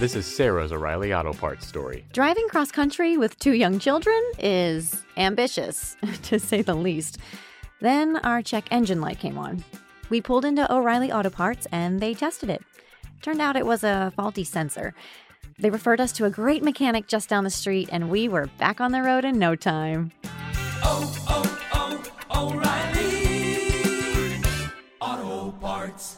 This is Sarah's O'Reilly Auto Parts story. Driving cross-country with 2 young children is ambitious, to say the least. Then our check engine light came on. We pulled into O'Reilly Auto Parts and they tested it. Turned out it was a faulty sensor. They referred us to a great mechanic just down the street and we were back on the road in no time. O'Reilly Auto Parts.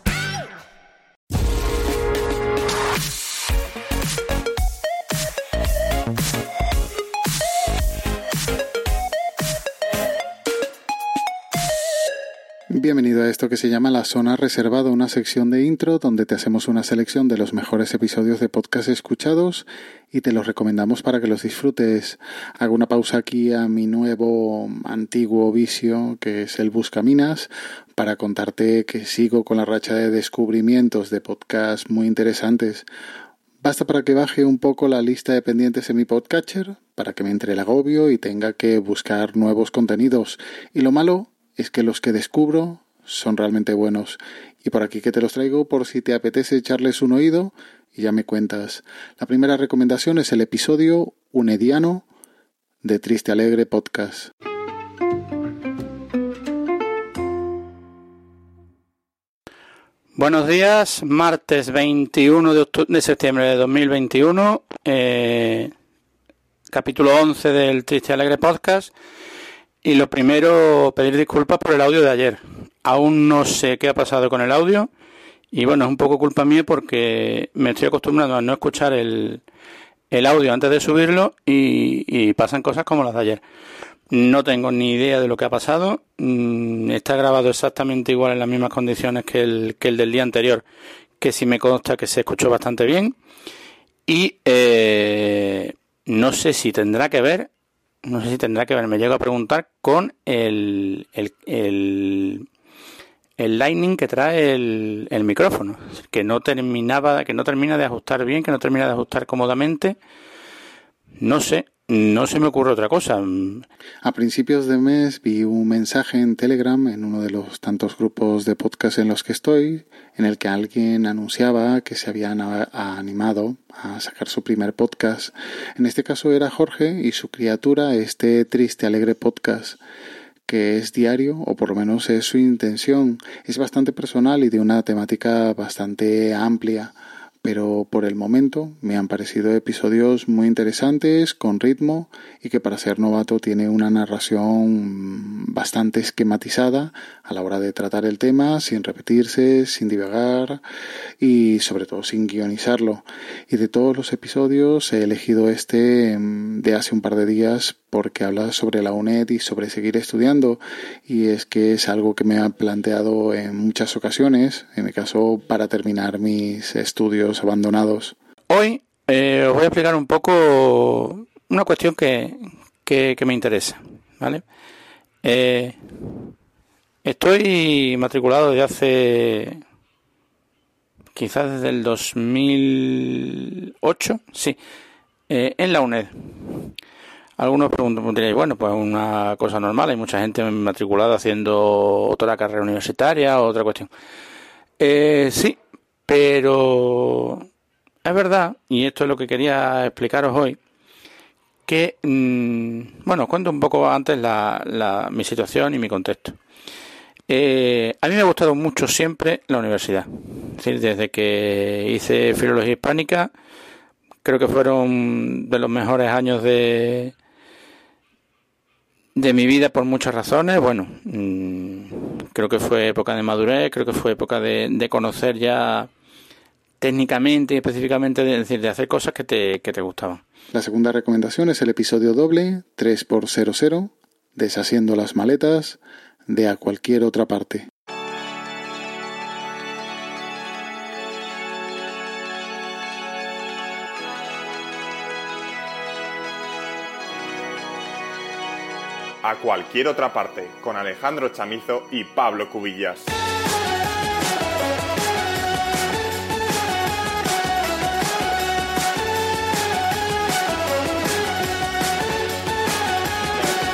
Bienvenido a esto que se llama La Zona Reservada, una sección de intro donde te hacemos una selección de los mejores episodios de podcast escuchados y te los recomendamos para que los disfrutes. Hago una pausa aquí a mi nuevo antiguo vicio, que es el Buscaminas, para contarte que sigo con la racha de descubrimientos de podcasts muy interesantes. Basta para que baje un poco la lista de pendientes en mi podcatcher, para que me entre el agobio y tenga que buscar nuevos contenidos. Y lo malo es que los que descubro son realmente buenos. Y por aquí que te los traigo por si te apetece echarles un oído y ya me cuentas. La primera recomendación es el episodio unediano de Triste Alegre Podcast. Buenos días, martes 21 de septiembre de 2021, capítulo 11 del Triste Alegre Podcast. Y lo primero, pedir disculpas por el audio de ayer. Aún no sé qué ha pasado con el audio. Y bueno, es un poco culpa mía porque me estoy acostumbrando a no escuchar el audio antes de subirlo y pasan cosas como las de ayer. No tengo ni idea de lo que ha pasado. Está grabado exactamente igual en las mismas condiciones que el del día anterior, que sí me consta que se escuchó bastante bien. Y no sé si tendrá que ver, me llego a preguntar con el Lightning que trae el micrófono, que no termina de ajustar bien, que no termina de ajustar cómodamente. No se me ocurre otra cosa. A principios de mes vi un mensaje en Telegram, en uno de los tantos grupos de podcast en los que estoy, en el que alguien anunciaba que se habían animado a sacar su primer podcast. En este caso era Jorge y su criatura, este Triste Alegre Podcast, que es diario, o por lo menos es su intención. Es bastante personal y de una temática bastante amplia, pero por el momento me han parecido episodios muy interesantes, con ritmo y que para ser novato tiene una narración bastante esquematizada a la hora de tratar el tema, sin repetirse, sin divagar y sobre todo sin guionizarlo. Y de todos los episodios he elegido este de hace un par de días porque habla sobre la UNED y sobre seguir estudiando, y es que es algo que me han planteado en muchas ocasiones, en mi caso para terminar mis estudios abandonados. Hoy os voy a explicar un poco una cuestión que me interesa, ¿vale? Estoy matriculado desde hace, quizás desde el 2008, sí, en la UNED. Algunos diréis, bueno, pues una cosa normal, hay mucha gente matriculada haciendo otra carrera universitaria o otra cuestión. Sí, pero es verdad, y esto es lo que quería explicaros hoy, que, os cuento un poco antes mi situación y mi contexto. A mí me ha gustado mucho siempre la universidad. Es decir, desde que hice Filología Hispánica, creo que fueron de los mejores años de mi vida por muchas razones. Bueno, creo que fue época de madurez, creo que fue época de conocer ya técnicamente y específicamente, de hacer cosas que te gustaban. La segunda recomendación es el episodio doble 3x00, deshaciendo las maletas de a cualquier otra parte. A cualquier otra parte, con Alejandro Chamizo y Pablo Cubillas.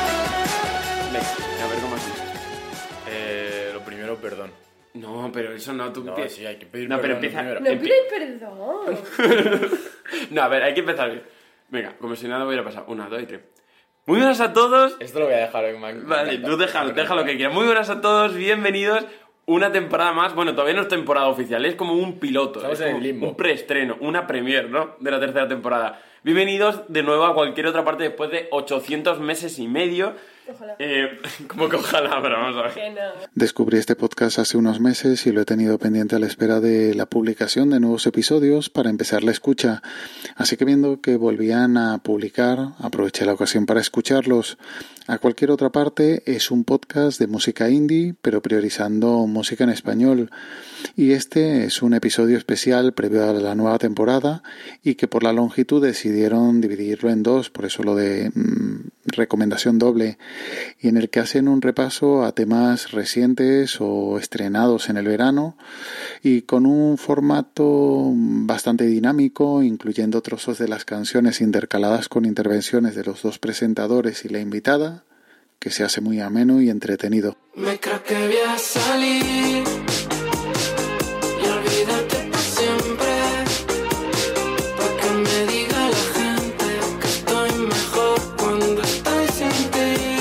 No, pero eso No, tú No, empieza. sí, hay que pedir No, pero perdón empieza. primero. No pidáis perdón. No, a ver, hay que empezar bien. Venga, como si nada hubiera pasado. 1, 2 y 3. Muy buenas a todos. Esto lo voy a dejar en man. Vale, tú déjalo que quieras. Muy buenas a todos, bienvenidos. Una temporada más. Bueno, todavía no es temporada oficial, es como un piloto. Estamos es en como el limbo. un preestreno, una premier, ¿no? De la tercera temporada. Bienvenidos de nuevo a cualquier otra parte después de 800 meses y medio. Ojalá. Como que ojalá, pero vamos a ver. Que no. Descubrí este podcast hace unos meses y lo he tenido pendiente a la espera de la publicación de nuevos episodios para empezar la escucha. Así que viendo que volvían a publicar, aproveché la ocasión para escucharlos. A cualquier otra parte es un podcast de música indie, pero priorizando música en español. Y este es un episodio especial previo a la nueva temporada y que por la longitud decidieron dividirlo en dos, por eso lo de recomendación doble, y en el que hacen un repaso a temas recientes o estrenados en el verano y con un formato bastante dinámico, incluyendo trozos de las canciones intercaladas con intervenciones de los dos presentadores y la invitada, que se hace muy ameno y entretenido. Me creo que voy a salir y olvídate por siempre, porque me diga la gente que estoy mejor cuando estoy sin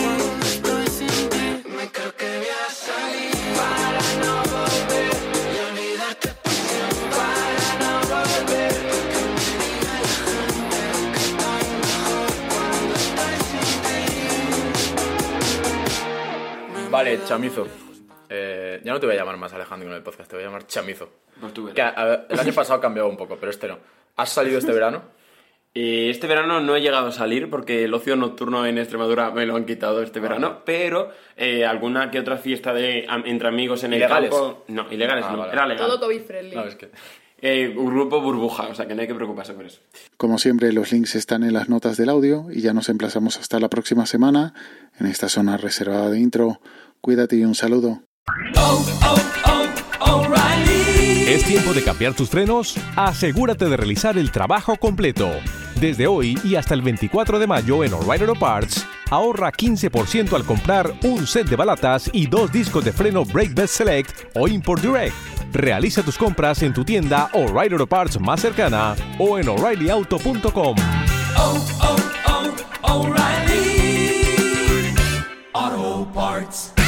ti. Me creo que voy a salir para no volver y olvidarte por siempre, para no volver, porque me diga la gente que estoy mejor cuando estoy sin ti. Vale, chamizo. Ya no te voy a llamar más Alejandro en el podcast, te voy a llamar chamizo. Pues tú verás. Que, a ver, el año pasado cambiado un poco, pero este no. ¿Has salido este verano? Este verano no he llegado a salir porque el ocio nocturno en Extremadura me lo han quitado este verano, pero alguna que otra fiesta entre amigos en el ¿Ilegales? campo... No, ilegales no, vale. era legal. Todo COVID friendly. No, es que... Un grupo burbuja, o sea que no hay que preocuparse por eso. Como siempre, los links están en las notas del audio y ya nos emplazamos hasta la próxima semana en esta zona reservada de intro. Cuídate y un saludo. ¿Es tiempo de cambiar tus frenos? Asegúrate de realizar el trabajo completo. Desde hoy y hasta el 24 de mayo en O'Reilly Auto Parts, ahorra 15% al comprar un set de balatas y 2 discos de freno Brake Best Select o Import Direct. Realiza tus compras en tu tienda O'Reilly Auto Parts más cercana o en O'ReillyAuto.com. O'Reilly Auto Parts.